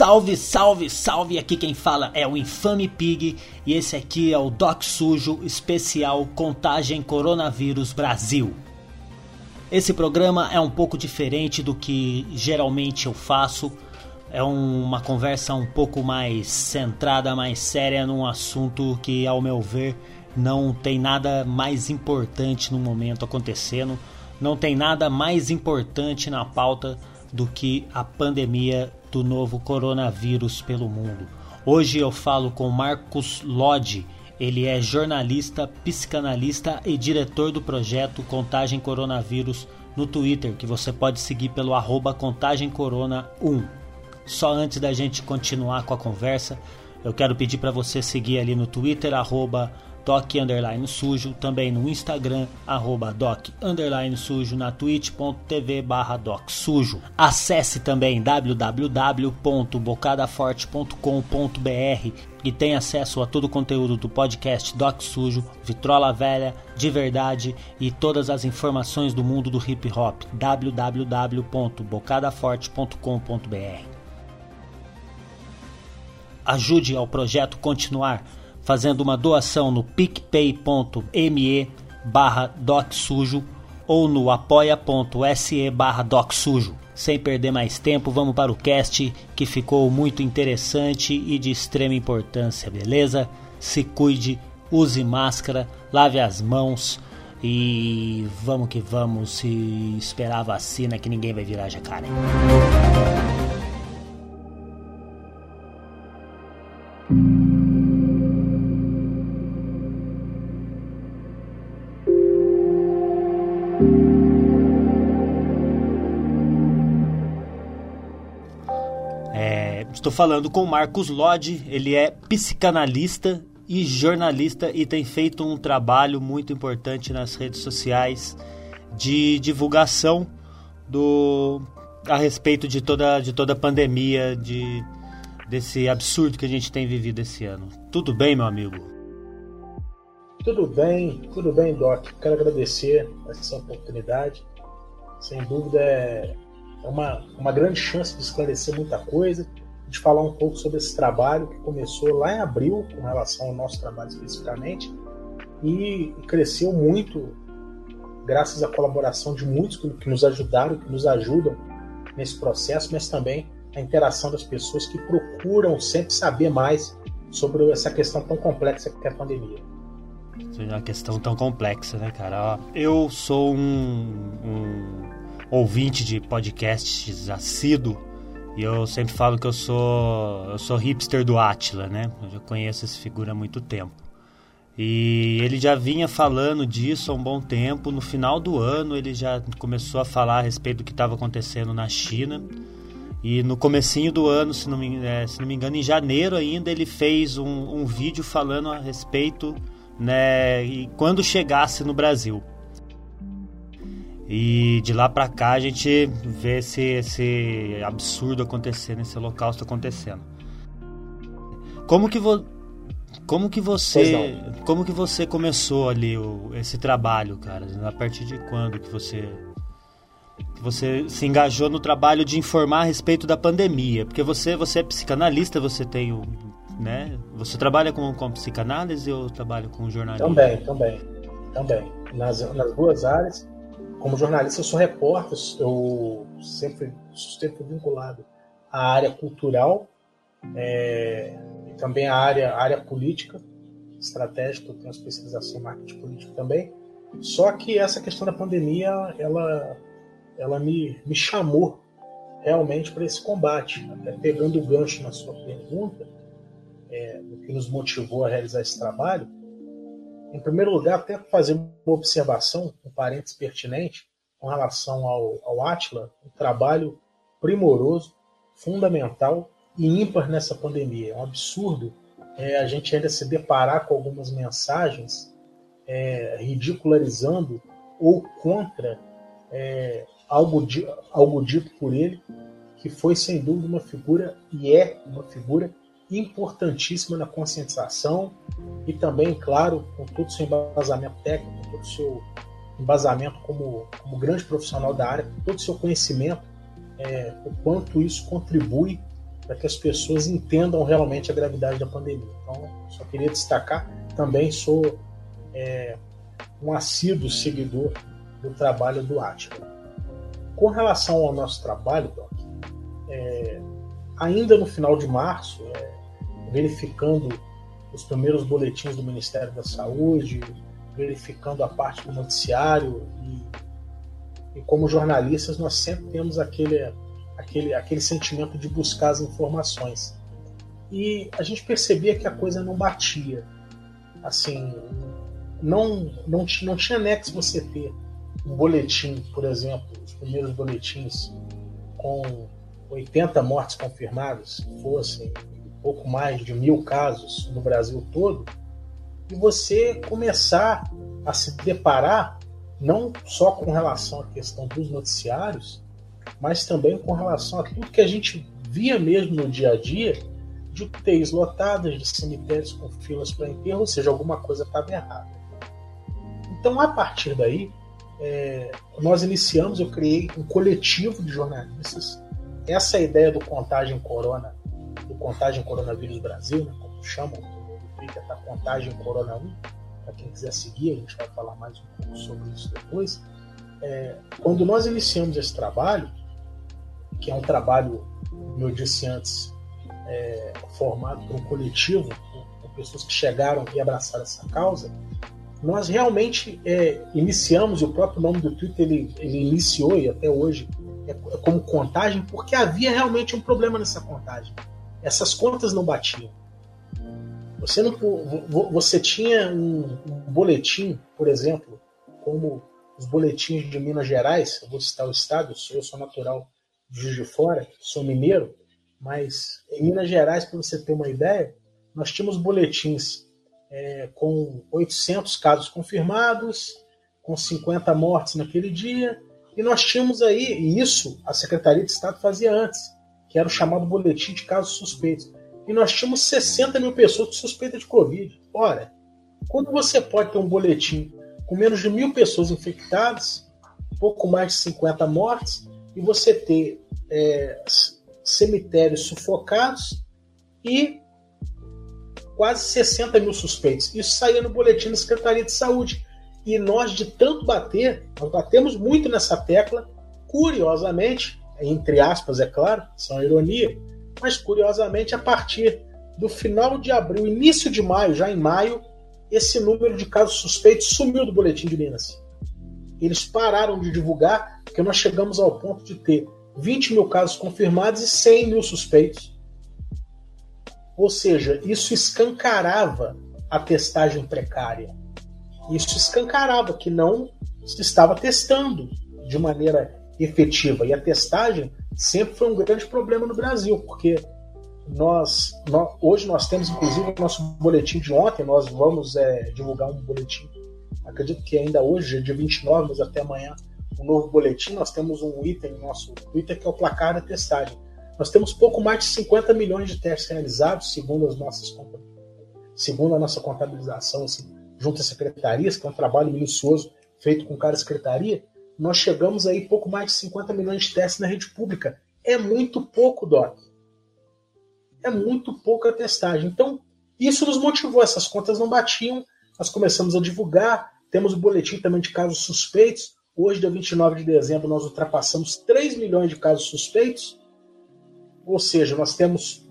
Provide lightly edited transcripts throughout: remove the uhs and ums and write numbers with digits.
Salve, salve, salve! Aqui quem fala é o Infame Pig e esse aqui é o Doc Sujo especial Contagem Coronavírus Brasil. Esse programa é um pouco diferente do que geralmente eu faço. É uma conversa um pouco mais centrada, mais séria num assunto que, ao meu ver, não tem nada mais importante no momento acontecendo. Não tem nada mais importante na pauta do que a pandemia do novo coronavírus pelo mundo. Hoje eu falo com Marcos Lodi. Ele é jornalista, psicanalista e diretor do projeto Contagem Coronavírus no Twitter, que você pode seguir pelo @ContagemCorona1. Só antes da gente continuar com a conversa, eu quero pedir para você seguir ali no Twitter, @doc_sujo, também no Instagram, @doc_sujo, na twitch.tv/docsujo. Acesse também www.bocadaforte.com.br e tem acesso a todo o conteúdo do podcast Doc Sujo, Vitrola Velha, De Verdade e todas as informações do mundo do hip hop. www.bocadaforte.com.br. Ajude ao projeto continuar fazendo uma doação no picpay.me/docsujo ou no apoia.se/docsujo. Sem perder mais tempo, vamos para o cast que ficou muito interessante e de extrema importância, beleza? Se cuide, use máscara, lave as mãos e vamos que vamos, se esperar a vacina que ninguém vai virar jacaré. Estou falando com o Marcos Lodi. Ele é psicanalista e jornalista e tem feito um trabalho muito importante nas redes sociais de divulgação a respeito de toda a pandemia, desse absurdo que a gente tem vivido esse ano. Tudo bem, meu amigo? Tudo bem, Doc. Quero agradecer essa oportunidade. Sem dúvida é uma grande chance de esclarecer muita coisa, de falar um pouco sobre esse trabalho que começou lá em abril, com relação ao nosso trabalho especificamente, e cresceu muito graças à colaboração de muitos que nos ajudaram, que nos ajudam nesse processo, mas também a interação das pessoas que procuram sempre saber mais sobre essa questão tão complexa que é a pandemia. É uma questão tão complexa, né, cara? Eu sou um ouvinte de podcasts assíduo e eu sempre falo que eu sou hipster do Átila, né? Eu já conheço essa figura há muito tempo. E ele já vinha falando disso há um bom tempo. No final do ano ele já começou a falar a respeito do que estava acontecendo na China. E no comecinho do ano, se não me engano, em janeiro ainda, ele fez um vídeo falando a respeito, né, e quando chegasse no Brasil. E de lá pra cá a gente vê esse absurdo acontecendo, esse holocausto acontecendo. Como que você começou ali esse trabalho, cara? A partir de quando que você se engajou no trabalho de informar a respeito da pandemia? Porque você é psicanalista, você tem né? Você trabalha com psicanálise ou trabalha com jornalismo? Também. Nas duas áreas. Como jornalista, eu sou repórter, eu sempre fui vinculado à área cultural e também à área política, estratégica. Eu tenho uma especialização em marketing político também. Só que essa questão da pandemia, ela me chamou realmente para esse combate. Até pegando o gancho na sua pergunta, o que nos motivou a realizar esse trabalho. Em primeiro lugar, até fazer uma observação, um parênteses pertinente, com relação ao Átila, um trabalho primoroso, fundamental e ímpar nessa pandemia. É um absurdo a gente ainda se deparar com algumas mensagens ridicularizando ou contra algo dito por ele, que foi sem dúvida uma figura e é uma figura importantíssima na conscientização e também, claro, com todo o seu embasamento técnico, com todo o seu embasamento como grande profissional da área, com todo o seu conhecimento, o quanto isso contribui para que as pessoas entendam realmente a gravidade da pandemia. Então, só queria destacar, também sou um assíduo seguidor do trabalho do Átila. Com relação ao nosso trabalho, Doc, ainda no final de março, verificando os primeiros boletins do Ministério da Saúde, verificando a parte do noticiário, e como jornalistas nós sempre temos aquele sentimento de buscar as informações. E a gente percebia que a coisa não batia. Assim, não tinha nexo você ter um boletim, por exemplo, os primeiros boletins com 80 mortes confirmadas, que fossem pouco mais de 1.000 casos no Brasil todo, e você começar a se deparar não só com relação à questão dos noticiários, mas também com relação a tudo que a gente via mesmo no dia a dia, de UTIs lotadas, de cemitérios com filas para enterro, ou seja, alguma coisa estava errada. Então, a partir daí, nós iniciamos, eu criei um coletivo de jornalistas. Essa ideia do Contagem Coronavírus Brasil, né, como chamam, no Twitter está Contagem Corona 1, para quem quiser seguir, a gente vai falar mais um pouco sobre isso depois. Quando nós iniciamos esse trabalho, que é um trabalho, como eu disse antes, formado por um coletivo, com pessoas que chegaram e abraçaram essa causa, nós realmente iniciamos, e o próprio nome do Twitter ele iniciou, e até hoje como contagem, porque havia realmente um problema nessa contagem. Essas contas não batiam. Você tinha um boletim, por exemplo, como os boletins de Minas Gerais, eu vou citar o estado, eu sou natural de Juiz de Fora, sou mineiro, mas em Minas Gerais, para você ter uma ideia, nós tínhamos boletins com 800 casos confirmados, com 50 mortes naquele dia, e nós tínhamos aí, e isso a Secretaria de Estado fazia antes, que era o chamado boletim de casos suspeitos, e nós tínhamos 60 mil pessoas com suspeita de Covid. Ora, quando você pode ter um boletim com menos de 1.000 pessoas infectadas, pouco mais de 50 mortes, e você ter cemitérios sufocados e quase 60 mil suspeitos. Isso saía no boletim da Secretaria de Saúde. E nós, de tanto bater, nós batemos muito nessa tecla, curiosamente, entre aspas, é claro, isso é uma ironia, mas curiosamente, a partir do final de abril, início de maio, já em maio, esse número de casos suspeitos sumiu do boletim de Minas. Eles pararam de divulgar, porque nós chegamos ao ponto de ter 20 mil casos confirmados e 100 mil suspeitos. Ou seja, isso escancarava a testagem precária. Isso escancarava que não se estava testando de maneira efetiva. E a testagem sempre foi um grande problema no Brasil, porque hoje nós temos, inclusive, o nosso boletim de ontem, nós vamos divulgar um boletim, acredito que ainda hoje, dia 29, mas até amanhã, um novo boletim. Nós temos um item no nosso Twitter que é o placar da testagem. Nós temos pouco mais de 50 milhões de testes realizados, segundo a nossa contabilização, assim, junto às secretarias, que é um trabalho minucioso feito com cada secretaria. Nós chegamos aí pouco mais de 50 milhões de testes na rede pública. É muito pouco, Doc. É muito pouca testagem. Então, isso nos motivou. Essas contas não batiam. Nós começamos a divulgar. Temos o boletim também de casos suspeitos. Hoje, dia 29 de dezembro, nós ultrapassamos 3 milhões de casos suspeitos. Ou seja, nós temos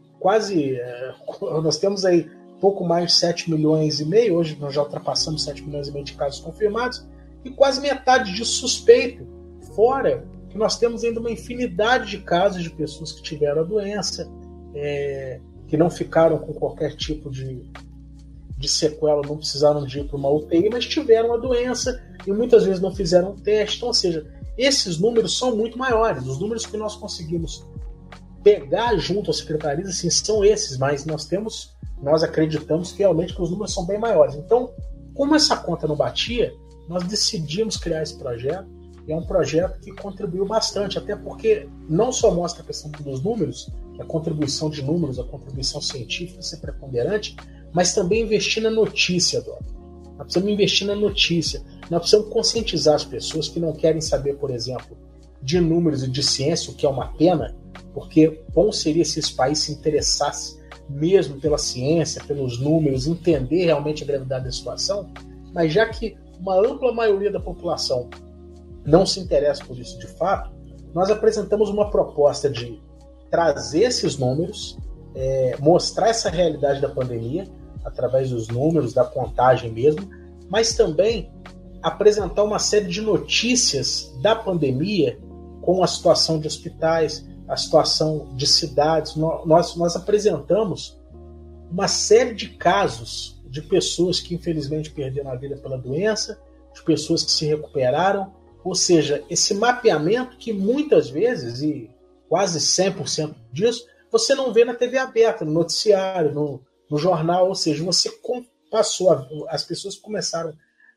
nós temos aí pouco mais de 7 milhões e meio. Hoje nós já ultrapassamos 7 milhões e meio de casos confirmados. E quase metade disso suspeito. Fora que nós temos ainda uma infinidade de casos de pessoas que tiveram a doença, que não ficaram com qualquer tipo de sequela, não precisaram de ir para uma UTI, mas tiveram a doença e muitas vezes não fizeram teste. Então, ou seja, esses números são muito maiores. Os números que nós conseguimos pegar junto às secretarias, assim, são esses, mas nós acreditamos realmente que os números são bem maiores. Então, como essa conta não batia, nós decidimos criar esse projeto, e é um projeto que contribuiu bastante, até porque não só mostra a questão dos números, a contribuição de números, a contribuição científica ser preponderante, mas também investir na notícia, Dó. Nós precisamos investir na notícia, nós precisamos conscientizar as pessoas que não querem saber, por exemplo, de números e de ciência, o que é uma pena, porque bom seria se esse país se interessasse mesmo pela ciência, pelos números, entender realmente a gravidade da situação, mas já que uma ampla maioria da população não se interessa por isso de fato, nós apresentamos uma proposta de trazer esses números, mostrar essa realidade da pandemia, através dos números, da contagem mesmo, mas também apresentar uma série de notícias da pandemia com a situação de hospitais, a situação de cidades. Nós apresentamos uma série de casos de pessoas que infelizmente perderam a vida pela doença, de pessoas que se recuperaram, ou seja, esse mapeamento que muitas vezes, e quase 100% disso, você não vê na TV aberta, no noticiário, no jornal, ou seja, você as pessoas começaram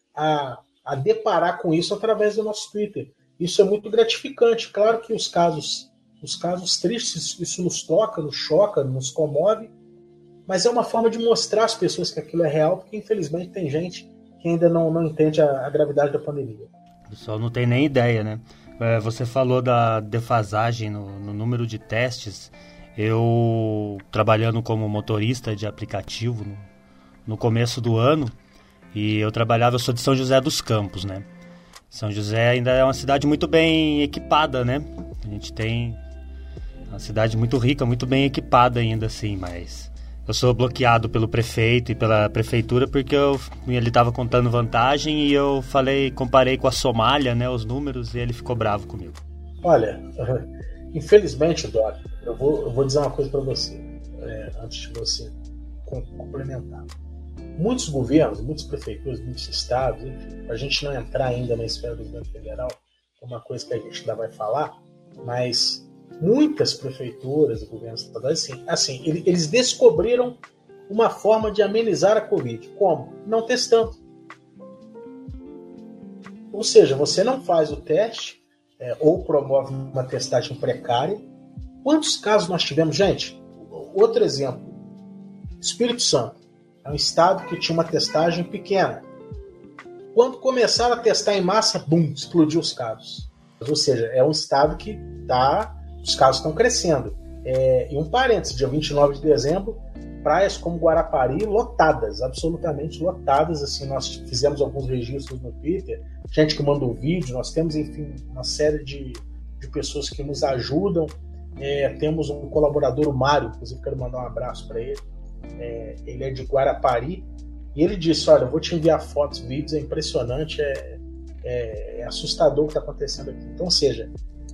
a deparar com isso através do nosso Twitter. Isso é muito gratificante. Claro que os casos tristes, isso nos toca, nos choca, nos comove, mas é uma forma de mostrar às pessoas que aquilo é real, porque infelizmente tem gente que ainda não entende a gravidade da pandemia. O pessoal não tem nem ideia, né? Você falou da defasagem no número de testes. Eu, trabalhando como motorista de aplicativo no começo do ano, e eu sou de São José dos Campos, né? São José ainda é uma cidade muito bem equipada, né? A gente tem uma cidade muito rica, muito bem equipada ainda assim, mas eu sou bloqueado pelo prefeito e pela prefeitura porque ele estava contando vantagem e eu comparei com a Somália, né, os números, e ele ficou bravo comigo. Olha, infelizmente, Doc, eu vou dizer uma coisa para você, antes de você complementar. Muitos governos, muitas prefeituras, muitos estados, enfim, para a gente não entrar ainda na esfera do governo federal, é uma coisa que a gente ainda vai falar, mas muitas prefeituras e governos estaduais, assim, eles descobriram uma forma de amenizar a Covid. Como? Não testando. Ou seja, você não faz o teste ou promove uma testagem precária. Quantos casos nós tivemos? Gente, outro exemplo. Espírito Santo. É um estado que tinha uma testagem pequena. Quando começaram a testar em massa, bum, explodiu os casos. Ou seja, é um estado que os casos estão crescendo. E um parênteses, dia 29 de dezembro, praias como Guarapari lotadas, absolutamente lotadas. Assim, nós fizemos alguns registros no Twitter, gente que mandou vídeo, nós temos, enfim, uma série de pessoas que nos ajudam. Temos um colaborador, o Mário, inclusive quero mandar um abraço para ele. Ele é de Guarapari, e ele disse: olha, eu vou te enviar fotos, vídeos, é impressionante, é assustador o que está acontecendo aqui. Então, ou seja,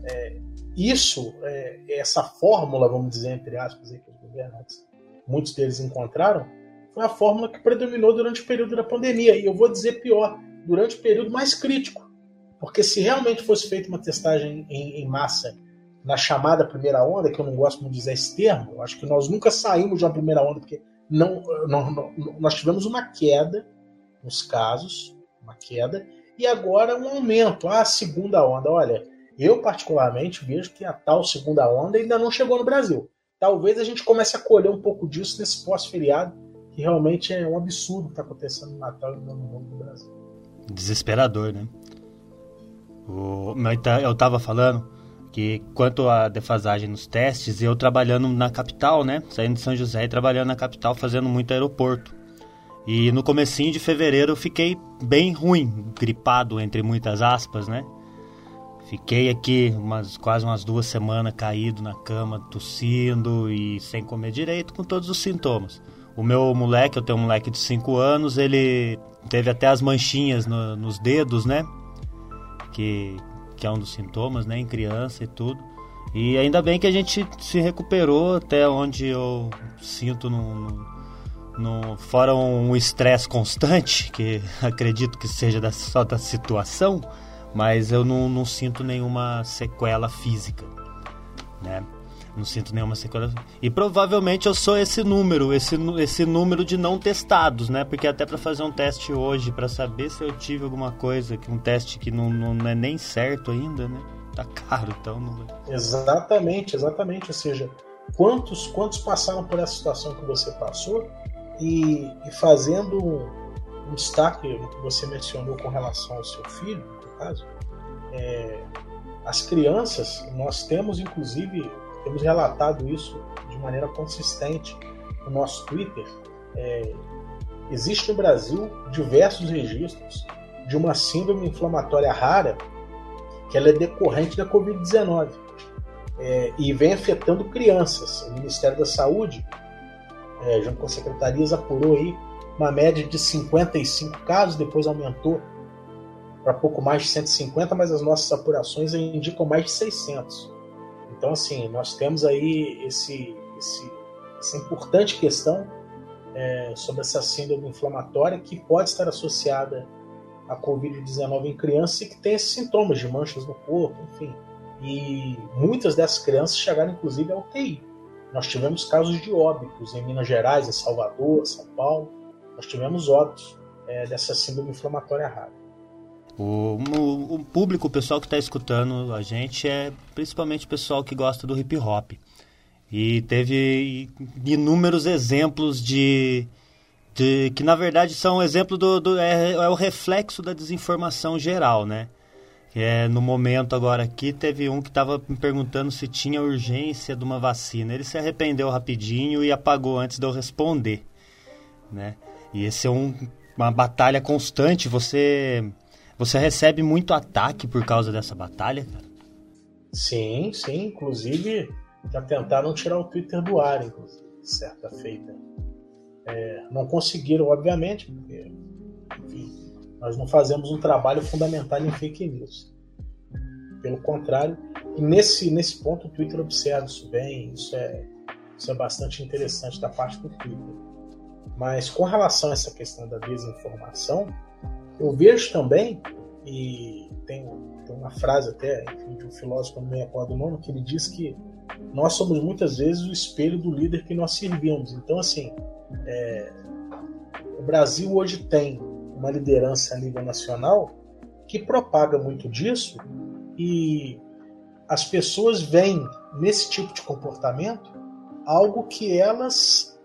essa fórmula, vamos dizer, entre aspas, que os governantes, muitos deles encontraram, foi a fórmula que predominou durante o período da pandemia, e eu vou dizer pior, durante o período mais crítico, porque se realmente fosse feita uma testagem em massa na chamada primeira onda, que eu não gosto muito de dizer esse termo, eu acho que nós nunca saímos de uma primeira onda, porque nós tivemos uma queda nos casos, e agora um aumento, a segunda onda. Olha, eu particularmente vejo que a tal segunda onda ainda não chegou no Brasil. Talvez a gente comece a colher um pouco disso nesse pós-feriado, que realmente é um absurdo o que está acontecendo no Natal e no Ano Novo do Brasil. Desesperador, né? Eu estava falando que quanto à defasagem nos testes, eu trabalhando na capital, né? Saindo de São José e trabalhando na capital, fazendo muito aeroporto. E no comecinho de fevereiro eu fiquei bem ruim, gripado, entre muitas aspas, né? Fiquei aqui quase umas 2 semanas caído na cama, tossindo e sem comer direito, com todos os sintomas. O meu moleque, eu tenho um moleque de 5 anos, ele teve até as manchinhas nos dedos, né? Que é um dos sintomas, né, em criança e tudo. E ainda bem que a gente se recuperou até onde eu sinto fora um estresse constante, que acredito que seja só da situação, mas eu não sinto nenhuma sequela física, né? Não sinto nenhuma sequela. E provavelmente eu sou esse número de não testados, né? Porque até para fazer um teste hoje, para saber se eu tive alguma coisa, um teste que não é nem certo ainda, né? Tá caro, então não... Exatamente. Ou seja, quantos passaram por essa situação que você passou, e fazendo um destaque no que você mencionou com relação ao seu filho, no caso, as crianças, nós temos inclusive temos relatado isso de maneira consistente no nosso Twitter. Existe no Brasil diversos registros de uma síndrome inflamatória rara que ela é decorrente da Covid-19 e vem afetando crianças. O Ministério da Saúde, junto com as secretarias, apurou aí uma média de 55 casos, depois aumentou para pouco mais de 150, mas as nossas apurações indicam mais de 600. Então, assim, nós temos aí essa importante questão sobre essa síndrome inflamatória que pode estar associada à Covid-19 em crianças e que tem esses sintomas de manchas no corpo, enfim. E muitas dessas crianças chegaram, inclusive, à UTI. Nós tivemos casos de óbitos em Minas Gerais, em Salvador, São Paulo. Nós tivemos óbitos dessa síndrome inflamatória rara. O público, o pessoal que está escutando a gente é principalmente o pessoal que gosta do hip hop. E teve inúmeros exemplos de que na verdade são exemplo é o reflexo da desinformação geral, né? No momento agora aqui teve um que estava me perguntando se tinha urgência de uma vacina. Ele se arrependeu rapidinho e apagou antes de eu responder, né? E esse é uma batalha constante. Você recebe muito ataque por causa dessa batalha, cara? Sim. Inclusive, já tentaram tirar o Twitter do ar, inclusive, certa feita. Não conseguiram, obviamente, porque, enfim, nós não fazemos um trabalho fundamental em fake news. Pelo contrário, e nesse ponto o Twitter observa isso bem, isso é bastante interessante da parte do Twitter. Mas com relação a essa questão da desinformação, eu vejo também, e tem uma frase até, enfim, de um filósofo, não me recordo o nome, que ele diz que nós somos muitas vezes o espelho do líder que nós servimos. Então, assim, o Brasil hoje tem uma liderança a nível nacional que propaga muito disso, e as pessoas veem nesse tipo de comportamento algo que elas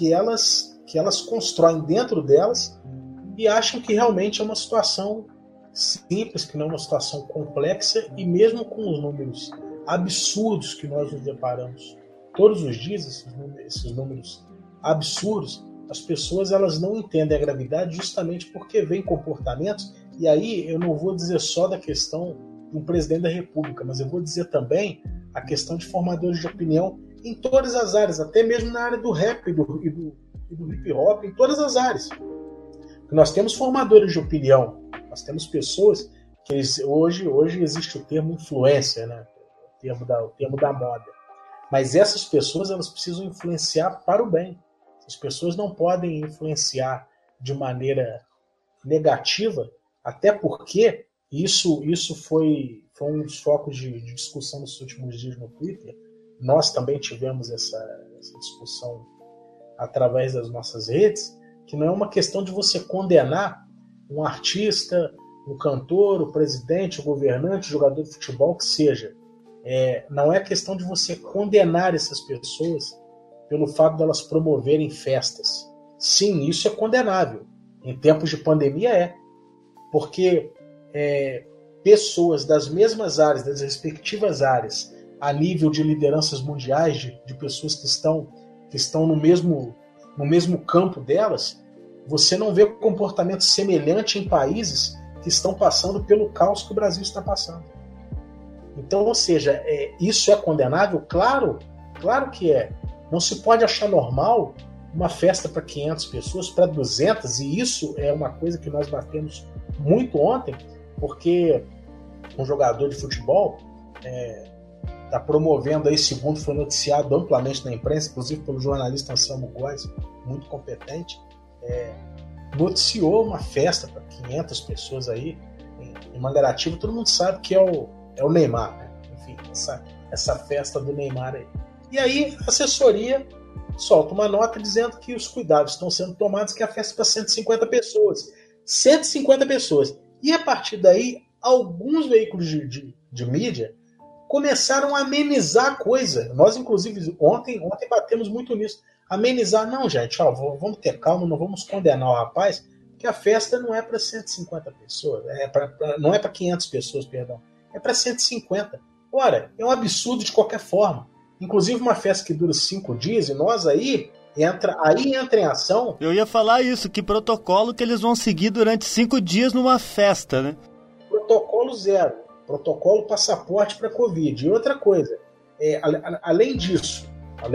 constroem dentro delas e acham que realmente é uma situação simples, que não é uma situação complexa, e mesmo com os números absurdos que nós nos deparamos todos os dias, esses números absurdos, as pessoas elas não entendem a gravidade justamente porque veem comportamentos. E aí eu não vou dizer só da questão de um presidente da República, mas eu vou dizer também a questão de formadores de opinião em todas as áreas, até mesmo na área do rap e do hip hop, em todas as áreas. Nós temos formadores de opinião, nós temos pessoas que hoje existe o termo influência, né? o termo da moda. Mas essas pessoas elas precisam influenciar para o bem. As pessoas não podem influenciar de maneira negativa, até porque isso foi um dos focos de discussão nos últimos dias no Twitter. Nós também tivemos essa discussão através das nossas redes, que não é uma questão de você condenar um artista, um cantor, o presidente, o governante, o jogador de futebol, que seja. Não é questão de você condenar essas pessoas pelo fato de elas promoverem festas. Sim, isso é condenável. Em tempos de pandemia porque pessoas das mesmas áreas, das respectivas áreas, a nível de lideranças mundiais, de pessoas que estão no mesmo campo delas, você não vê comportamento semelhante em países que estão passando pelo caos que o Brasil está passando. Então, ou seja, isso é condenável? Claro que é. Não se pode achar normal uma festa para 500 pessoas, para 200, e isso é uma coisa que nós batemos muito ontem, porque um jogador de futebol está promovendo aí, segundo foi noticiado amplamente na imprensa, inclusive pelo jornalista Anselmo Góes, muito competente, noticiou uma festa para 500 pessoas aí em Mangaratiba. Todo mundo sabe que é o Neymar, né? Enfim, essa festa do Neymar aí. E aí a assessoria solta uma nota dizendo que os cuidados estão sendo tomados, que a festa é para 150 pessoas. 150 pessoas. E a partir daí, alguns veículos de mídia começaram a amenizar a coisa. Nós, inclusive, ontem batemos muito nisso. Amenizar, não, gente, vamos ter calma, não vamos condenar o rapaz, que a festa não é para 150 pessoas, não é para 500 pessoas, perdão, é para 150. Ora, é um absurdo de qualquer forma. inclusive uma festa que dura 5 dias, e nós aí entra em ação... Eu ia falar isso, que protocolo que eles vão seguir durante 5 dias numa festa, né? Protocolo zero, protocolo passaporte para Covid. E outra coisa, além disso,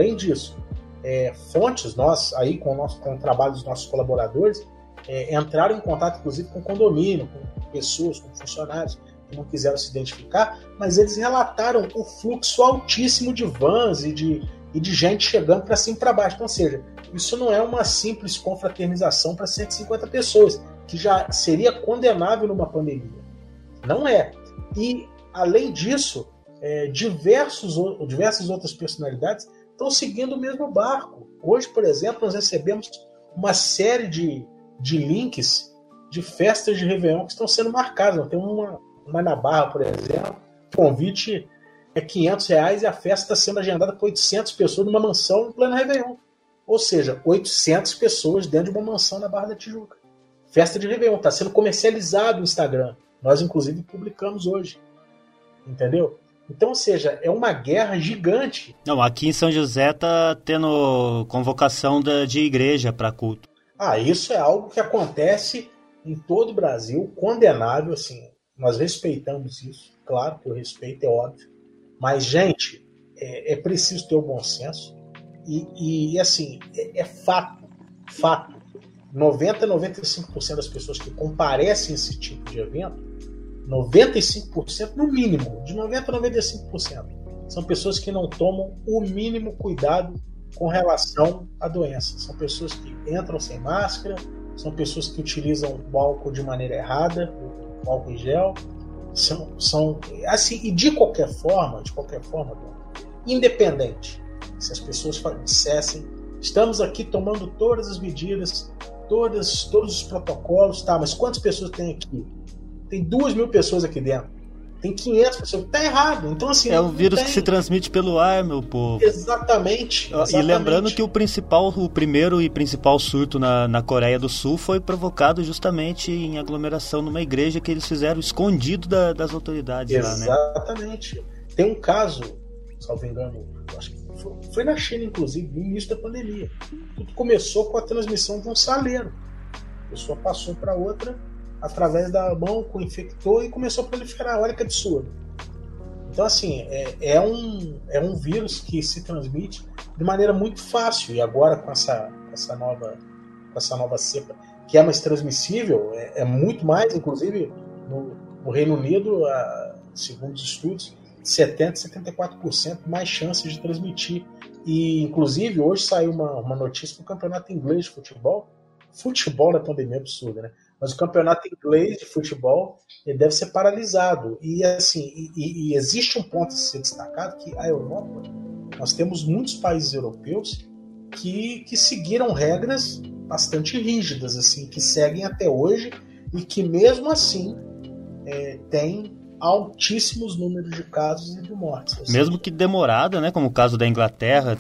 fontes, nós aí com o trabalho dos nossos colaboradores, entraram em contato inclusive com o condomínio, com pessoas, com funcionários que não quiseram se identificar, mas eles relataram o fluxo altíssimo de vans e de gente chegando para cima e para baixo. Então, ou seja, isso não é uma simples confraternização para 150 pessoas, que já seria condenável numa pandemia. Não é. E, além disso, diversas outras personalidades estão seguindo o mesmo barco. Hoje, por exemplo, nós recebemos uma série de links de festas de Réveillon que estão sendo marcadas. Tem uma na Barra, por exemplo, o convite é R$500 e a festa está sendo agendada por 800 pessoas numa mansão no plano Réveillon. Ou seja, 800 pessoas dentro de uma mansão na Barra da Tijuca. Festa de Réveillon, está sendo comercializado no Instagram. Nós, inclusive, publicamos hoje. Entendeu? Então, ou seja, é uma guerra gigante. Não, aqui em São José está tendo convocação de igreja para culto. Isso é algo que acontece em todo o Brasil, condenável, assim. Nós respeitamos isso, claro que o respeito é óbvio. Mas, gente, é preciso ter o bom senso. E assim, é fato. 95% das pessoas que comparecem a esse tipo de evento, 95% no mínimo, de 90% a 95%, são pessoas que não tomam o mínimo cuidado com relação à doença. São pessoas que entram sem máscara, são pessoas que utilizam o álcool de maneira errada, o álcool em gel. São assim, e de qualquer forma, independente, se as pessoas dissessem, estamos aqui tomando todas as medidas, todos os protocolos, tá, mas quantas pessoas tem aqui? Tem 2.000 pessoas aqui dentro. Tem 500 pessoas. Tá errado. Então, assim, é um vírus que se transmite pelo ar, meu povo. Exatamente. E lembrando que o primeiro e principal surto na Coreia do Sul foi provocado justamente em aglomeração numa igreja que eles fizeram escondido das autoridades lá, né? Exatamente. Tem um caso, salvo engano, acho que foi na China, inclusive, no início da pandemia. Tudo começou com a transmissão de um saleiro. A pessoa passou para outra através da mão, infectou e começou a proliferar. Olha que absurdo. Então, assim, é um vírus que se transmite de maneira muito fácil. E agora, com essa nova cepa, que é mais transmissível, é muito mais, inclusive, no Reino Unido, segundo os estudos, 70% a 74% mais chances de transmitir. E, inclusive, hoje saiu uma notícia do campeonato inglês de futebol. Futebol na pandemia é absurdo, né? Mas o campeonato inglês de futebol ele deve ser paralisado. E assim, e existe um ponto a ser destacado, que a Europa, nós temos muitos países europeus que seguiram regras bastante rígidas, assim, que seguem até hoje e que mesmo assim tem altíssimos números de casos e de mortes. Mesmo que demorada, né? Como o caso da Inglaterra,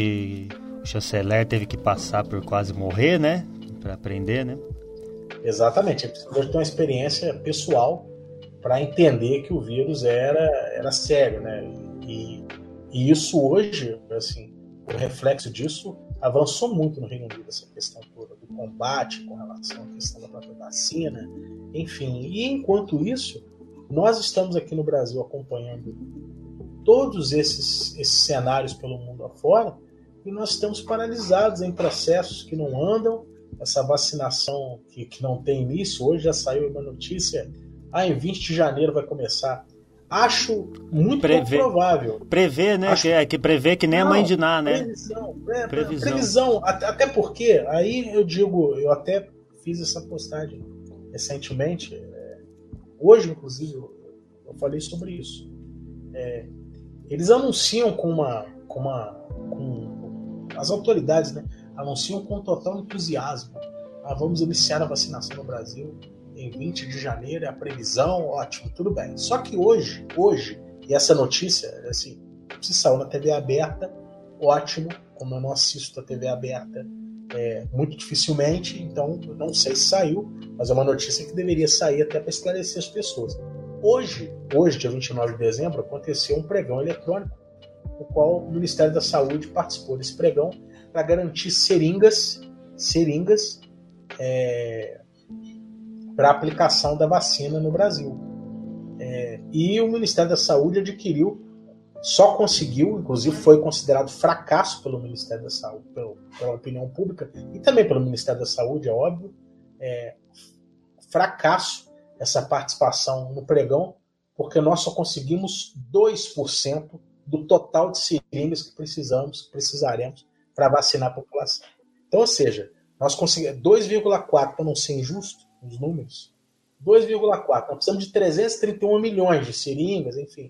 o chanceler teve que passar por quase morrer, né? Para aprender, né? Exatamente, ele precisou ter uma experiência pessoal para entender que o vírus era sério, né? E isso hoje, assim, o reflexo disso avançou muito no Reino Unido, essa questão toda do combate com relação à questão da própria vacina, enfim. E enquanto isso, nós estamos aqui no Brasil acompanhando todos esses cenários pelo mundo afora e nós estamos paralisados em processos que não andam. Essa vacinação que não tem início, hoje já saiu uma notícia, em 20 de janeiro vai começar. Acho muito provável. Prever, né? Que prevê que nem a mãe de Ná, né? Previsão. Até porque, aí eu até fiz essa postagem recentemente, hoje inclusive eu falei sobre isso. Eles anunciam com as autoridades, né? Anunciam com total entusiasmo. Vamos iniciar a vacinação no Brasil em 20 de janeiro, é a previsão, ótimo, tudo bem. Só que hoje, e essa notícia, assim, se saiu na TV aberta, ótimo, como eu não assisto a TV aberta muito dificilmente, então eu não sei se saiu, mas é uma notícia que deveria sair até para esclarecer as pessoas. Hoje, dia 29 de dezembro, aconteceu um pregão eletrônico no qual o Ministério da Saúde participou desse pregão para garantir seringas para aplicação da vacina no Brasil. E o Ministério da Saúde só conseguiu, inclusive foi considerado fracasso pelo Ministério da Saúde, pela opinião pública e também pelo Ministério da Saúde, é óbvio, fracasso essa participação no pregão, porque nós só conseguimos 2% do total de seringas que precisaremos para vacinar a população. Então, ou seja, nós conseguimos 2,4, para não ser injusto, os números, 2,4, nós precisamos de 331 milhões de seringas, enfim,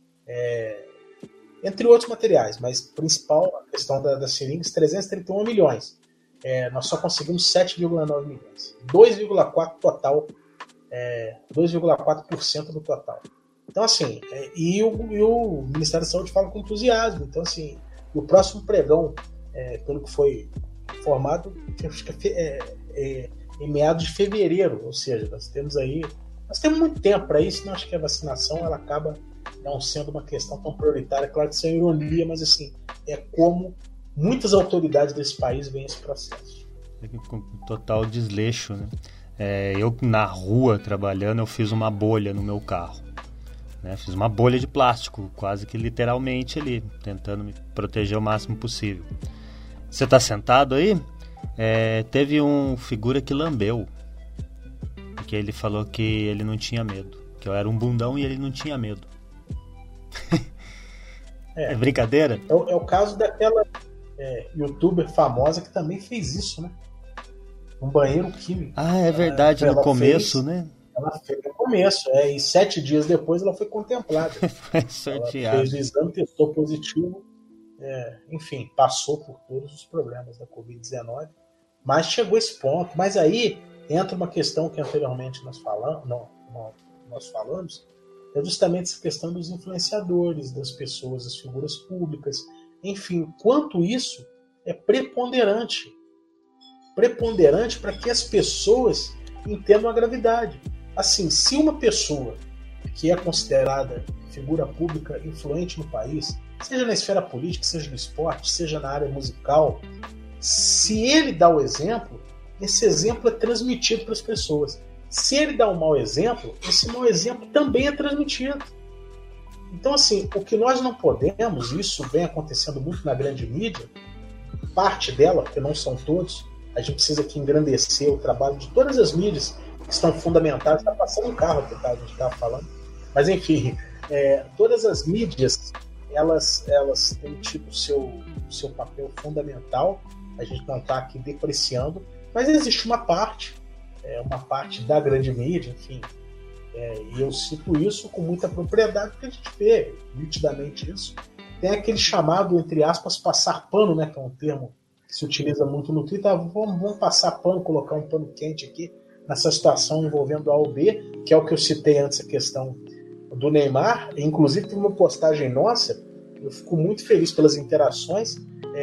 entre outros materiais, mas principal, a questão das seringas, 331 milhões. Nós só conseguimos 7,9 milhões. 2,4% total, 2,4% do total. Então, assim, e o Ministério da Saúde fala com entusiasmo. Então, assim, o próximo pregão, pelo que foi informado, acho que em meados de fevereiro, ou seja, nós temos muito tempo para isso, não acho que a vacinação ela acaba não sendo uma questão tão prioritária, claro que isso é ironia, mas assim, é como muitas autoridades desse país veem esse processo. Com total desleixo, né? Eu na rua trabalhando, eu fiz uma bolha no meu carro, né? Fiz uma bolha de plástico, quase que literalmente ali, tentando me proteger o máximo possível. Você está sentado aí? Teve um figura que lambeu, porque ele falou que ele não tinha medo, que eu era um bundão e ele não tinha medo. É brincadeira? É o caso daquela youtuber famosa que também fez isso, né? Um banheiro químico. É verdade, no começo, né? Ela fez no começo, e 7 dias depois ela foi contemplada. Foi sorteada. Ela fez o exame, testou positivo, enfim, passou por todos os problemas da Covid-19, mas chegou a esse ponto. Mas aí entra uma questão que anteriormente nós falamos, é justamente essa questão dos influenciadores, das pessoas, das figuras públicas, enfim, o quanto isso é preponderante para que as pessoas entendam a gravidade. Assim, se uma pessoa que é considerada figura pública influente no país, seja na esfera política, seja no esporte, seja na área musical, se ele dá o exemplo, esse exemplo é transmitido para as pessoas. Se ele dá um mau exemplo, esse mau exemplo também é transmitido. Então, assim, o que nós não podemos, isso vem acontecendo muito na grande mídia, parte dela, porque não são todos, a gente precisa aqui engrandecer o trabalho de todas as mídias que estão fundamentadas. Está passando um carro que a gente estava falando, mas enfim, todas as mídias elas têm tido o seu papel fundamental. A gente não está aqui depreciando, mas existe uma parte da grande mídia, enfim, e eu cito isso com muita propriedade porque a gente vê nitidamente isso. Tem aquele chamado, entre aspas, passar pano, né, que é um termo que se utiliza muito no Twitter. Vamos passar pano, colocar um pano quente aqui nessa situação envolvendo A ou B, que é o que eu citei antes, a questão do Neymar. Inclusive tem uma postagem nossa, eu fico muito feliz pelas interações,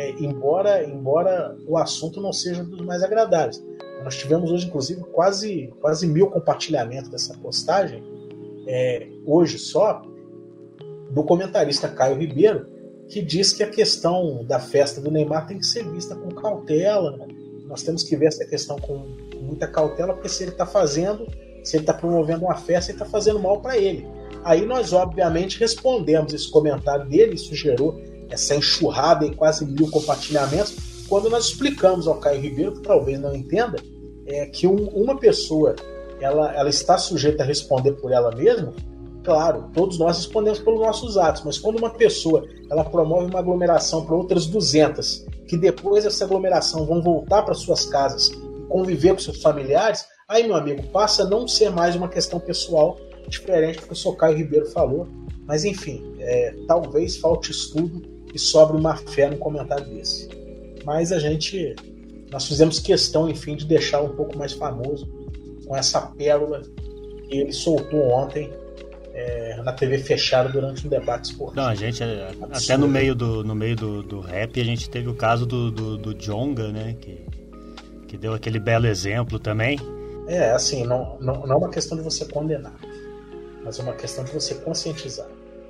embora o assunto não seja dos mais agradáveis. Nós tivemos hoje, inclusive, quase 1.000 compartilhamentos dessa postagem, hoje só, do comentarista Caio Ribeiro, que diz que a questão da festa do Neymar tem que ser vista com cautela, né? Nós temos que ver essa questão com muita cautela, porque se ele está promovendo uma festa, ele está fazendo mal para ele. Aí nós, obviamente, respondemos esse comentário dele, isso gerou essa enxurrada em quase 1.000 compartilhamentos, quando nós explicamos ao Caio Ribeiro, que talvez não entenda, que uma pessoa ela está sujeita a responder por ela mesma. Claro, todos nós respondemos pelos nossos atos, mas quando uma pessoa ela promove uma aglomeração para outras 200, que depois dessa aglomeração vão voltar para suas casas e conviver com seus familiares, aí, meu amigo, passa a não ser mais uma questão pessoal, diferente do que o Sr. Caio Ribeiro falou. Mas, enfim, talvez falte estudo e sobre má fé num comentário desse. Mas nós fizemos questão, enfim, de deixar um pouco mais famoso com essa pérola que ele soltou ontem na TV fechada durante um debate esportivo. Não, a gente, até no meio do rap, a gente teve o caso do Djonga, né, que deu aquele belo exemplo também. Assim, não é uma questão de você condenar, mas é uma questão de você conscientizar.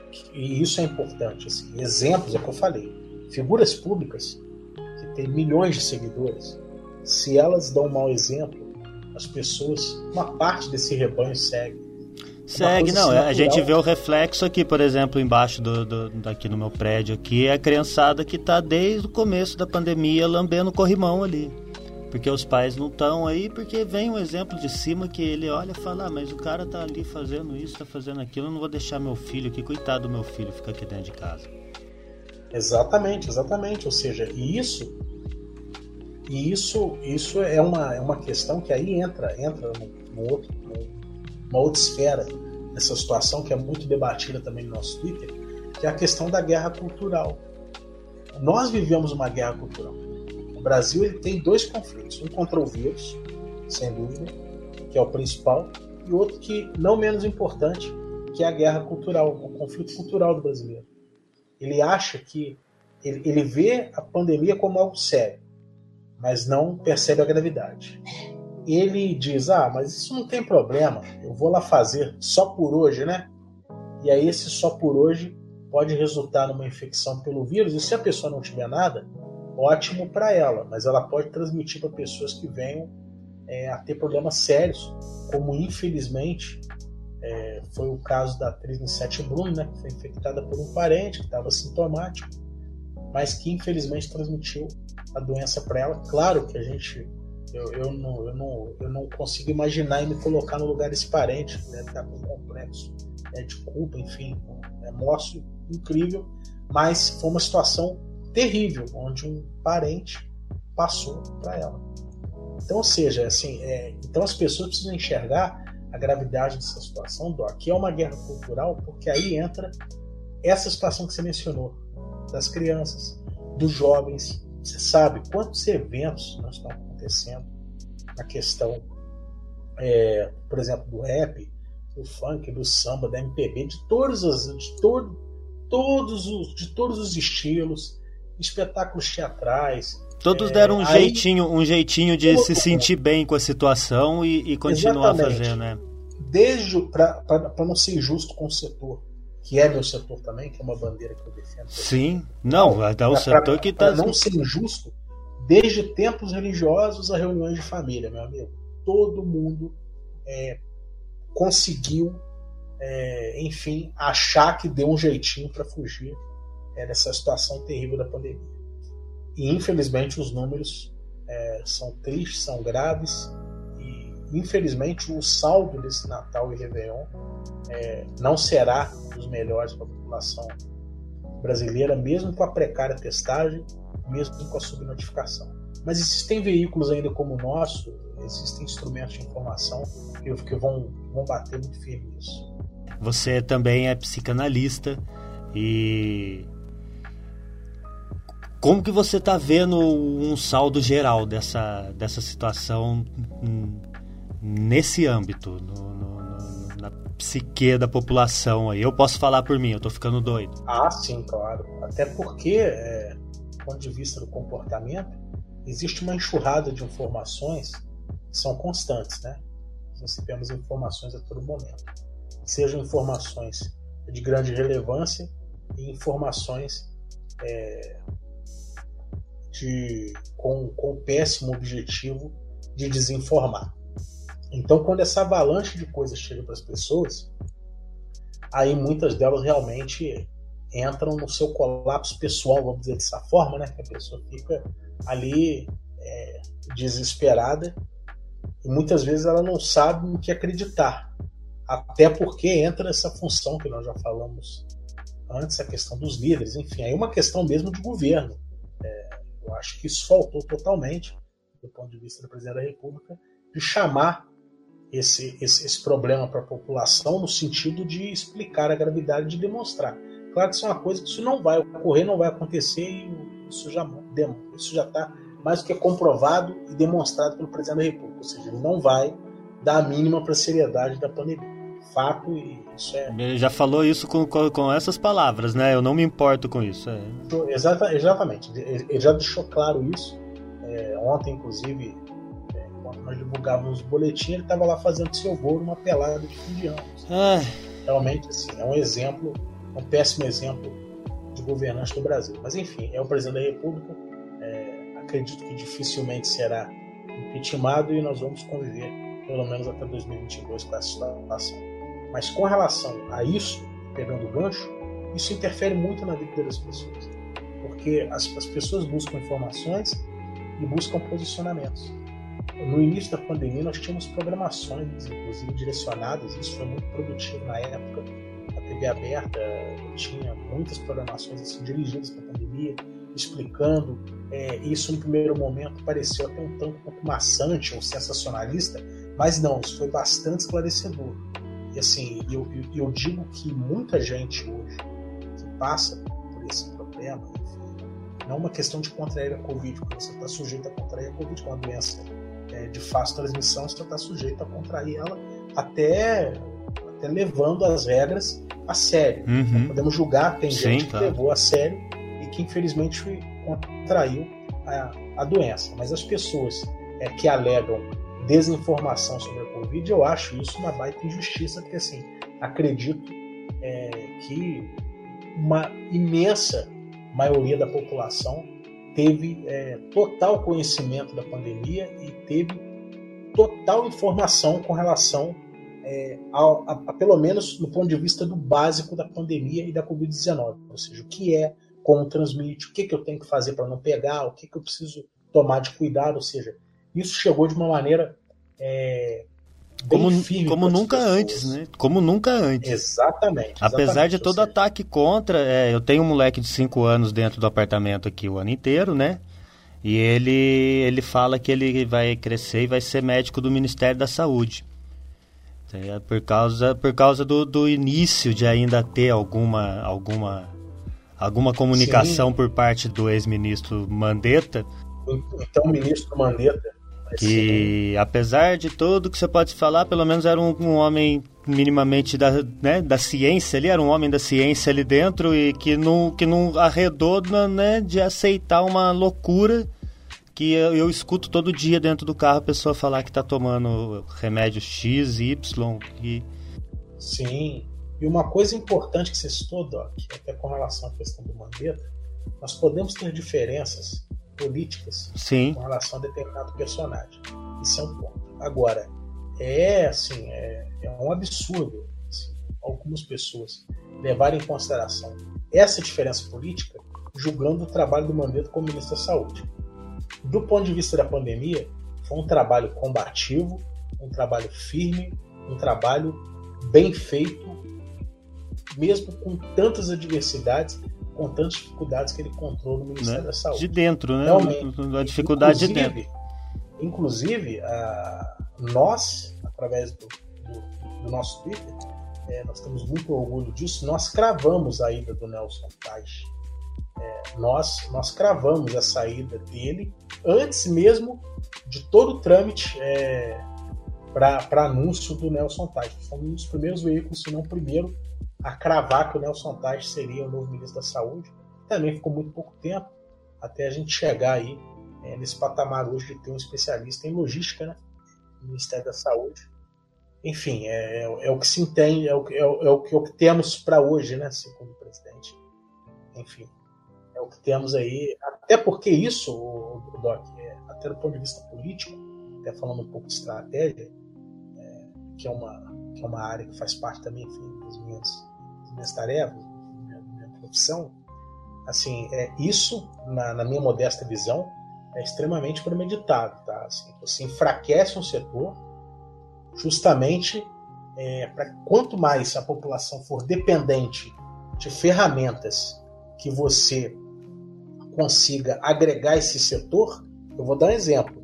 e isso é importante, assim, exemplos, é o que eu falei, figuras públicas que têm milhões de seguidores, se elas dão um mau exemplo, as pessoas, uma parte desse rebanho segue. Segue, não, a gente vê o reflexo aqui, por exemplo, embaixo daqui no meu prédio aqui, é a criançada que está desde o começo da pandemia lambendo o corrimão ali. Porque os pais não estão aí, porque vem um exemplo de cima que ele olha e fala, mas o cara tá ali fazendo isso, tá fazendo aquilo, eu não vou deixar meu filho aqui, coitado do meu filho, fica aqui dentro de casa. Exatamente, ou seja, isso é uma questão que aí entra numa outra esfera, nessa situação que é muito debatida também no nosso Twitter, que é a questão da guerra cultural. Nós vivemos uma guerra cultural. O Brasil ele tem dois conflitos, um contra o vírus, sem dúvida, que é o principal, e outro que não menos importante, que é a guerra cultural, o conflito cultural do brasileiro. Ele acha que ele vê a pandemia como algo sério, mas não percebe a gravidade. Ele diz, mas isso não tem problema, eu vou lá fazer só por hoje, né? E aí esse só por hoje pode resultar numa infecção pelo vírus, e se a pessoa não tiver nada, ótimo para ela, mas ela pode transmitir para pessoas que venham a ter problemas sérios, como infelizmente foi o caso da atriz Nissete Bruno, né, que foi infectada por um parente que estava sintomático, mas que infelizmente transmitiu a doença para ela. Claro que eu não consigo imaginar e me colocar no lugar desse parente, deve estar com um complexo de culpa, enfim, mostra incrível, mas foi uma situação terrível, onde um parente passou para ela. Então, ou seja, assim, então as pessoas precisam enxergar a gravidade dessa situação, que é uma guerra cultural, porque aí entra essa situação que você mencionou, das crianças, dos jovens. Você sabe quantos eventos não estão acontecendo na questão, por exemplo, do rap, do funk, do samba, da MPB, de todos os estilos, espetáculos teatrais. Todos deram um jeitinho de se sentir bem com a situação e continuar fazendo, né? Desde para não ser injusto com o setor, que é meu setor também, que é uma bandeira que eu defendo. Sim, não, é o setor que está... Para não ser injusto, desde templos religiosos a reuniões de família, meu amigo. Todo mundo conseguiu, enfim, achar que deu um jeitinho para fugir dessa situação terrível da pandemia. E infelizmente os números são tristes, são graves, e infelizmente o saldo desse Natal e Réveillon não será um dos melhores para a população brasileira, mesmo com a precária testagem, mesmo com a subnotificação. Mas existem veículos ainda como o nosso, existem instrumentos de informação que vão bater muito firme nisso. Você também é psicanalista e... Como que você está vendo um saldo geral dessa situação nesse âmbito, na psique da população aí? Eu posso falar por mim, eu estou ficando doido. Sim, claro. Até porque, do ponto de vista do comportamento, existe uma enxurrada de informações que são constantes, né? Nós recebemos informações a todo momento. Sejam informações de grande relevância e informações com o péssimo objetivo de desinformar. Então, quando essa avalanche de coisas chega para as pessoas, aí muitas delas realmente entram no seu colapso pessoal, vamos dizer dessa forma, né? Que a pessoa fica ali desesperada e muitas vezes ela não sabe no que acreditar, até porque entra essa função que nós já falamos antes, a questão dos líderes, enfim, aí uma questão mesmo de governo. Eu acho que isso faltou totalmente, do ponto de vista do presidente da República, de chamar esse problema para a população no sentido de explicar a gravidade, de demonstrar. Claro que isso é uma coisa que isso não vai ocorrer, não vai acontecer, e isso já está mais do que comprovado e demonstrado pelo presidente da República. Ou seja, ele não vai dar a mínima para a seriedade da pandemia. Fato, e isso Ele já falou isso com essas palavras, né? Eu não me importo com isso. Exatamente. Ele já deixou claro isso. Ontem, inclusive, quando nós divulgávamos o boletim, ele estava lá fazendo seu voo numa pelada de fim de ano. Realmente, assim, é um exemplo um péssimo exemplo de governante do Brasil. Mas, enfim, é o presidente da República. Acredito que dificilmente será impeachmentado e nós vamos conviver, pelo menos até 2022, com essa situação. Mas com relação a isso, pegando o gancho, isso interfere muito na vida das pessoas. Porque as pessoas buscam informações e buscam posicionamentos. No início da pandemia, nós tínhamos programações, inclusive direcionadas, isso foi muito produtivo na época. A TV aberta tinha muitas programações assim, dirigidas para a pandemia, explicando. Isso, no primeiro momento, pareceu até um tanto maçante ou sensacionalista, mas não, isso foi bastante esclarecedor. E assim, eu digo que muita gente hoje que passa por esse problema, não é uma questão de contrair a Covid, porque você está sujeito a contrair a Covid, que é uma doença de fácil transmissão, você está sujeito a contrair ela até levando as regras a sério. Uhum. Podemos julgar, tem gente que levou a sério e que infelizmente contraiu a doença. Mas as pessoas que alegam desinformação sobre a Covid, eu acho isso uma baita injustiça, porque assim, acredito que uma imensa maioria da população teve total conhecimento da pandemia e teve total informação com relação a pelo menos no ponto de vista do básico da pandemia e da Covid-19, ou seja, o que como transmite, o que eu tenho que fazer para não pegar, o que eu preciso tomar de cuidado, ou seja, isso chegou de uma maneira bem firme. Como nunca antes, né? Como nunca antes. Exatamente. Apesar de todo ataque contra, eu tenho um moleque de 5 anos dentro do apartamento aqui o ano inteiro, né? E ele fala que ele vai crescer e vai ser médico do Ministério da Saúde. Por causa do início de ainda ter alguma comunicação Sim. por parte do ex-ministro Mandetta. Então, o ministro Mandetta, que apesar de tudo que você pode falar, pelo menos era um homem minimamente da ciência ali, era um homem da ciência ali dentro e que não arredou, né, de aceitar uma loucura que eu escuto todo dia dentro do carro a pessoa falar que está tomando remédio X, Y. Sim, e uma coisa importante que você citou, Doc, até com relação à questão do Mandetta, nós podemos ter diferenças políticas Sim. com relação a determinado personagem. Isso é um ponto. Agora, é um absurdo assim, algumas pessoas levarem em consideração essa diferença política julgando o trabalho do Mandetta como ministro da Saúde. Do ponto de vista da pandemia, foi um trabalho combativo, um trabalho firme, um trabalho bem feito, mesmo com tantas adversidades, com tantas dificuldades que ele encontrou no Ministério da Saúde. De dentro, né? Realmente. A dificuldade de dentro. Inclusive, nós, através do nosso Twitter, nós temos muito orgulho disso, nós cravamos a ida do Nelson Teich. Nós cravamos a saída dele antes mesmo de todo o trâmite para anúncio do Nelson Teich. Fomos um dos primeiros veículos, se não o primeiro, a cravar que o Nelson Teich seria o novo ministro da Saúde. Também ficou muito pouco tempo até a gente chegar aí nesse patamar hoje de ter um especialista em logística, né, no Ministério da Saúde. Enfim, é o que se entende, é o que temos para hoje, né, segundo o presidente. Enfim, é o que temos aí. Até porque isso, Doc, até do ponto de vista político, até falando um pouco de estratégia, que é uma área que faz parte também, enfim, das minhas tarefas, da minha profissão, assim, isso, na minha modesta visão, é extremamente premeditado, tá? Assim, você enfraquece um setor justamente para quanto mais a população for dependente de ferramentas que você consiga agregar esse setor. Eu vou dar um exemplo.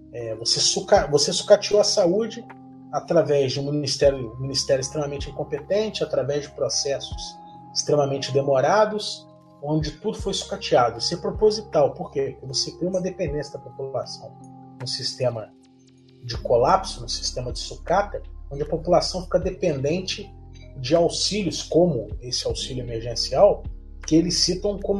Você sucateou a saúde através de um ministério extremamente incompetente, através de processos extremamente demorados, onde tudo foi sucateado. Isso é proposital. Por quê? Porque você cria uma dependência da população num sistema de colapso, num sistema de sucata, onde a população fica dependente de auxílios, como esse auxílio emergencial, que eles citam como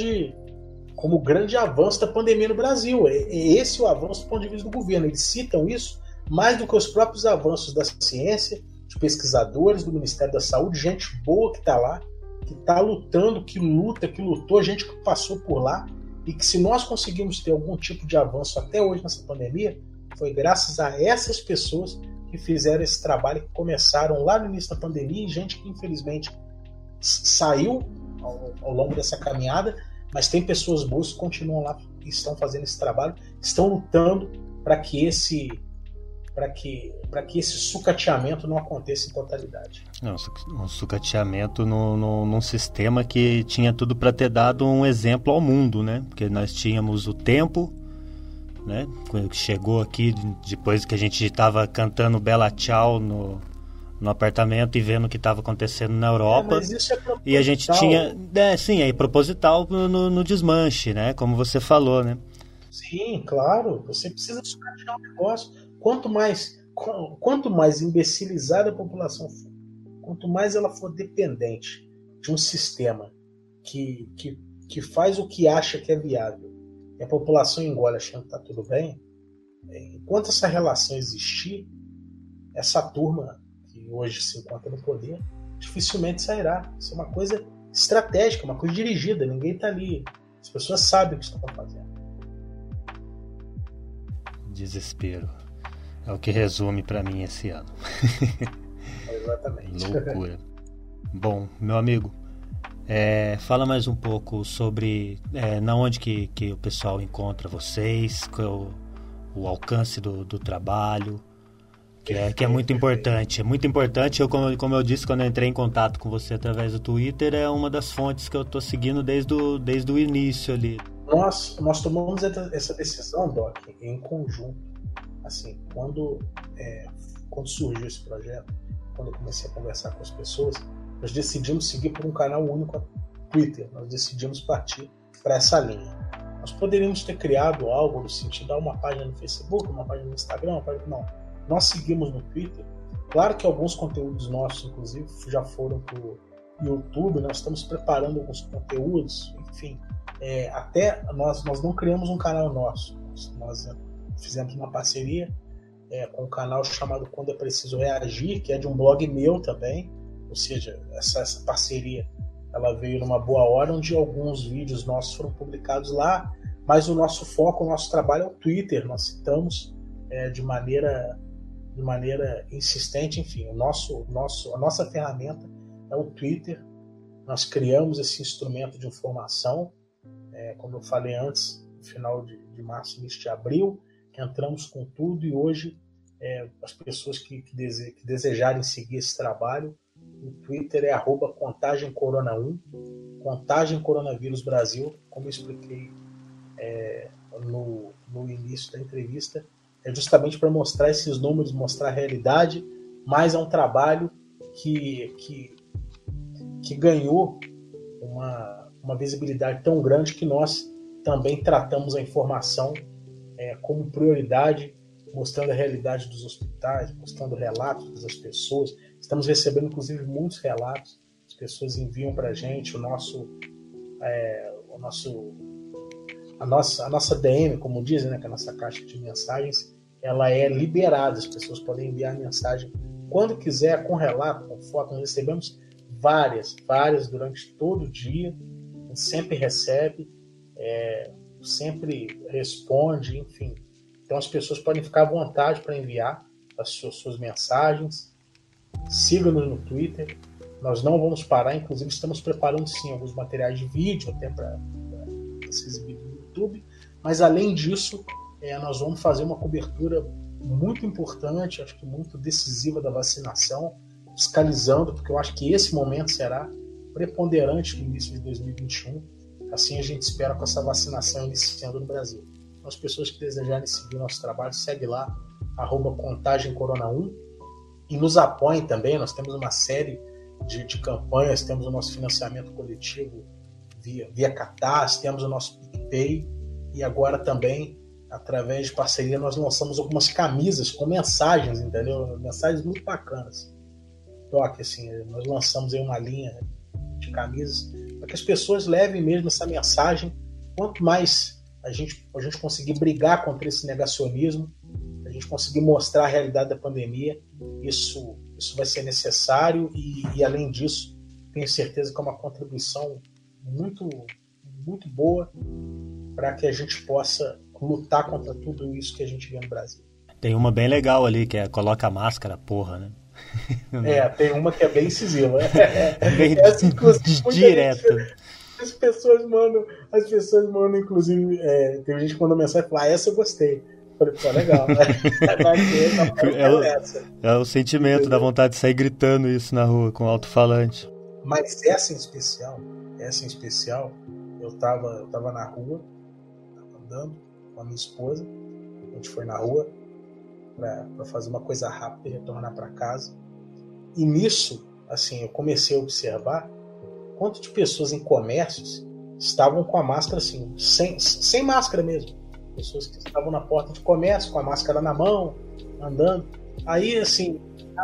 o grande avanço da pandemia no Brasil. Esse é o avanço do ponto de vista do governo. Eles citam isso mais do que os próprios avanços da ciência, de pesquisadores do Ministério da Saúde, gente boa que está lá, que está lutando, que luta, que lutou, gente que passou por lá, e que se nós conseguimos ter algum tipo de avanço até hoje nessa pandemia, foi graças a essas pessoas que fizeram esse trabalho, que começaram lá no início da pandemia, e gente que infelizmente saiu ao longo dessa caminhada, mas tem pessoas boas que continuam lá e estão fazendo esse trabalho, estão lutando para que esse sucateamento não aconteça em totalidade. Um sucateamento num sistema que tinha tudo para ter dado um exemplo ao mundo, né? Porque nós tínhamos o tempo, né? Chegou aqui depois que a gente estava cantando Bela Tchau no apartamento e vendo o que estava acontecendo na Europa. Mas isso é proposital. E a gente tinha... sim, é proposital no desmanche, né? Como você falou, né? Sim, claro. Você precisa sucatear o negócio. Quanto mais imbecilizada a população for, quanto mais ela for dependente de um sistema que faz o que acha que é viável, e a população engole achando que está tudo bem, enquanto essa relação existir, essa turma que hoje se encontra no poder dificilmente sairá. Isso é uma coisa estratégica, uma coisa dirigida. Ninguém está ali. As pessoas sabem o que estão fazendo. Desespero. É o que resume para mim esse ano. Exatamente. Loucura. Bom, meu amigo, fala mais um pouco sobre na onde que o pessoal encontra vocês, o alcance do trabalho, que é muito importante. É muito importante. Como eu disse, quando eu entrei em contato com você através do Twitter, é uma das fontes que eu estou seguindo desde o início ali. Nós tomamos essa decisão, Doc, em conjunto. Assim, quando surgiu esse projeto, quando eu comecei a conversar com as pessoas, nós decidimos seguir por um canal único a Twitter. Nós decidimos partir para essa linha. Nós poderíamos ter criado algo no sentido de uma página no Facebook, uma página no Instagram, não. Nós seguimos no Twitter. Claro que alguns conteúdos nossos, inclusive, já foram para o YouTube. Nós estamos preparando alguns conteúdos, enfim. Até nós não criamos um canal nosso. Nós fizemos uma parceria com um canal chamado Quando é Preciso Reagir, que é de um blog meu também. Ou seja, essa parceria ela veio numa boa hora, onde alguns vídeos nossos foram publicados lá, mas o nosso foco, o nosso trabalho é o Twitter. Nós citamos de maneira insistente, enfim, a nossa ferramenta é o Twitter. Nós criamos esse instrumento de informação, como eu falei antes, no final de março, início de abril, que entramos com tudo, e hoje as pessoas que desejarem seguir esse trabalho, o Twitter é @ContagemCorona1, Contagem Coronavírus Brasil, como eu expliquei no início da entrevista, é justamente para mostrar esses números, mostrar a realidade, mas é um trabalho que ganhou uma visibilidade tão grande que nós também tratamos a informação como prioridade, mostrando a realidade dos hospitais, mostrando relatos das pessoas. Estamos recebendo, inclusive, muitos relatos. As pessoas enviam para a gente a nossa DM, como dizem, né, que é a nossa caixa de mensagens, ela é liberada. As pessoas podem enviar mensagem quando quiser, com relato, com foto. Nós recebemos várias durante todo o dia. A gente sempre recebe, sempre responde, enfim. Então as pessoas podem ficar à vontade para enviar as suas mensagens. Siga-nos no Twitter. Nós não vamos parar, inclusive estamos preparando sim alguns materiais de vídeo até para ser exibido no YouTube, mas além disso nós vamos fazer uma cobertura muito importante, acho que muito decisiva da vacinação, fiscalizando, porque eu acho que esse momento será preponderante no início de 2021. Assim a gente espera com essa vacinação iniciando no Brasil. Então, as pessoas que desejarem seguir o nosso trabalho, segue lá, @ContagemCorona1, e nos apoiem também. Nós temos uma série de campanhas, temos o nosso financiamento coletivo via Catarse, temos o nosso PicPay, e agora também, através de parceria, nós lançamos algumas camisas com mensagens, entendeu? Mensagens muito bacanas. Toque, assim, nós lançamos aí uma linha de camisas para que as pessoas levem mesmo essa mensagem. Quanto mais a gente conseguir brigar contra esse negacionismo, a gente conseguir mostrar a realidade da pandemia, isso vai ser necessário, e além disso, tenho certeza que é uma contribuição muito, muito boa para que a gente possa lutar contra tudo isso que a gente vê no Brasil. Tem uma bem legal ali, que é coloca a máscara, porra, né? Tem uma que é bem incisiva. Bem Essa, direto. As pessoas mandam, inclusive, tem gente que mandou mensagem e fala, essa eu gostei. Eu falei, pô, legal. É o sentimento da vontade de sair gritando isso na rua com alto-falante. Mas essa em especial, eu tava na rua, andando com a minha esposa, a gente foi na rua para fazer uma coisa rápida e retornar para casa. E nisso, assim, eu comecei a observar quanto de pessoas em comércios estavam com a máscara assim, sem máscara mesmo. Pessoas que estavam na porta de comércio com a máscara na mão, andando. Aí, assim,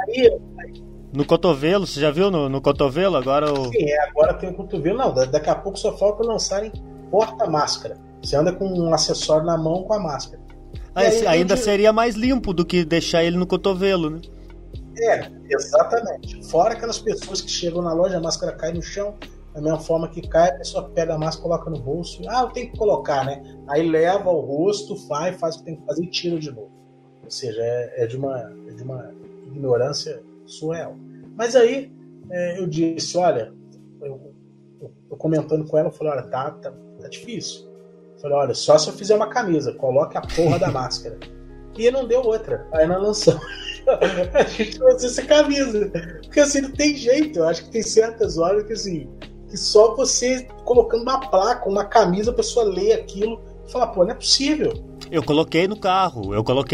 no cotovelo, você já viu no cotovelo? Agora Sim, agora tem o cotovelo. Não, daqui a pouco só falta lançarem porta-máscara. Você anda com um acessório na mão com a máscara. Ainda seria mais limpo do que deixar ele no cotovelo, né? Exatamente. Fora aquelas pessoas que chegam na loja, a máscara cai no chão, da mesma forma que cai, a pessoa pega a máscara, coloca no bolso. Eu tenho que colocar, né? Aí leva ao rosto, faz o que tem que fazer e tira de novo. Ou seja, é de uma ignorância surreal. Mas aí eu disse, olha, eu comentando com ela, eu falei, olha, tá difícil. Eu falei, olha, só se eu fizer uma camisa, coloque a porra da máscara. E não deu outra. Aí nós lançamos. A gente lançou essa camisa. Porque assim, não tem jeito. Eu acho que tem certas horas que assim, que só você colocando uma placa, uma camisa, a pessoa lê aquilo e fala, pô, não é possível. Eu coloquei no carro,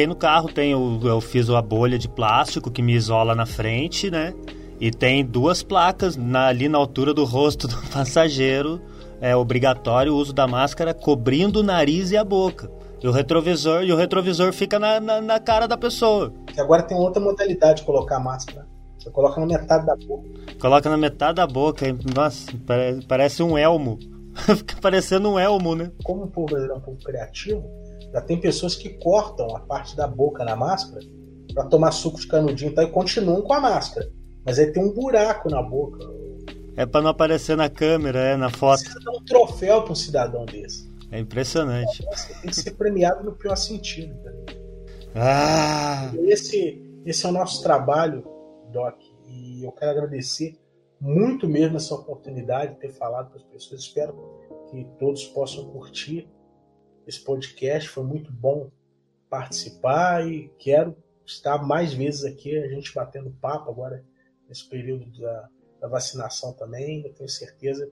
eu fiz a bolha de plástico que me isola na frente, né? E tem 2 placas ali na altura do rosto do passageiro. É obrigatório o uso da máscara cobrindo o nariz e a boca. E o retrovisor fica na cara da pessoa. E agora tem outra modalidade de colocar a máscara. Você coloca na metade da boca. Coloca na metade da boca. Nossa, parece um elmo. Fica parecendo um elmo, né? Como o povo brasileiro é um povo criativo, já tem pessoas que cortam a parte da boca na máscara para tomar suco de canudinho e continuam com a máscara. Mas aí tem um buraco na boca. É para não aparecer na câmera, na foto. Você dá um troféu para um cidadão desse. É impressionante. Você tem que ser premiado no pior sentido. Tá? Esse é o nosso trabalho, Doc. E eu quero agradecer muito mesmo essa oportunidade de ter falado para as pessoas. Espero que todos possam curtir esse podcast. Foi muito bom participar e quero estar mais vezes aqui, a gente batendo papo agora nesse período da vacinação também. Eu tenho certeza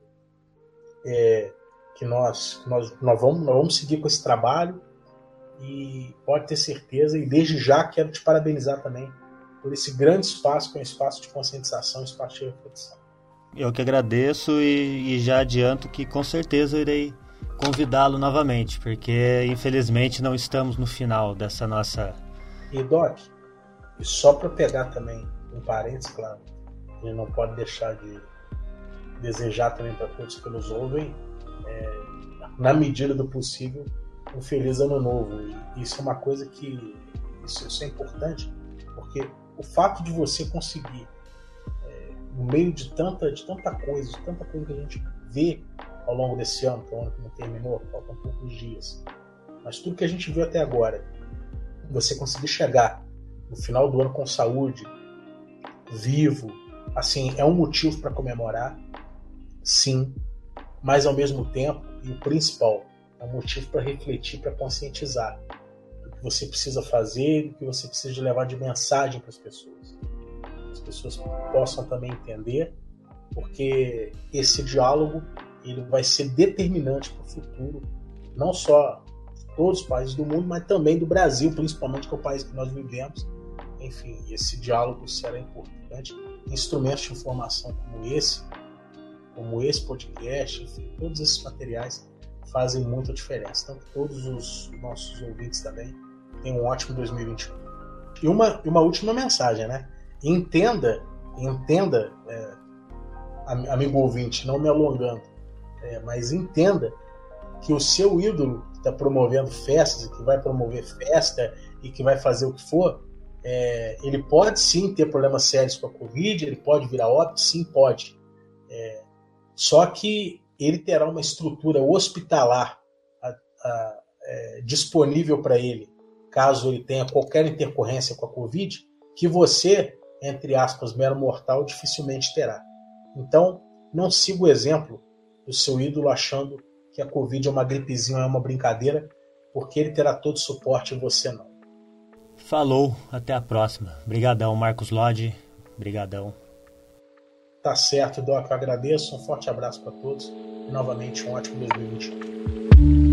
que nós vamos seguir com esse trabalho e pode ter certeza, e desde já quero te parabenizar também por esse grande espaço, que é um espaço de conscientização, um espaço de reflexão. Eu que agradeço e já adianto que com certeza eu irei convidá-lo novamente, porque infelizmente não estamos no final dessa nossa... E Doc, e só para pegar também um parênteses, claro, a gente não pode deixar de desejar também para todos que nos ouvem, na medida do possível, um feliz ano novo. E isso é uma coisa que isso é importante, porque o fato de você conseguir, no meio de tanta coisa que a gente vê ao longo desse ano, que é um ano que não terminou, faltam poucos dias, mas tudo que a gente viu até agora, você conseguir chegar no final do ano com saúde, vivo, assim, é um motivo para comemorar, sim, mas ao mesmo tempo, e o principal, é um motivo para refletir, para conscientizar do que você precisa fazer, do que você precisa levar de mensagem para as pessoas. As pessoas possam também entender, porque esse diálogo ele vai ser determinante para o futuro, não só de todos os países do mundo, mas também do Brasil, principalmente, que é o país que nós vivemos. Enfim, esse diálogo será importante. Instrumentos de informação como esse podcast, enfim, todos esses materiais fazem muita diferença. Então, que todos os nossos ouvintes também tenham um ótimo 2021. E uma última mensagem, né? Entenda, amigo ouvinte, não me alongando, mas entenda que o seu ídolo que está promovendo festas, que vai promover festa e que vai fazer o que for, ele pode sim ter problemas sérios com a Covid, ele pode virar óbito, sim, pode. Só que ele terá uma estrutura hospitalar disponível para ele, caso ele tenha qualquer intercorrência com a Covid, que você, entre aspas, mero mortal, dificilmente terá. Então, não siga o exemplo do seu ídolo achando que a Covid é uma gripezinha, é uma brincadeira, porque ele terá todo o suporte e você não. Falou, até a próxima. Brigadão, Marcos Lodge. Brigadão. Tá certo, Doc, eu agradeço. Um forte abraço para todos e novamente um ótimo 2021.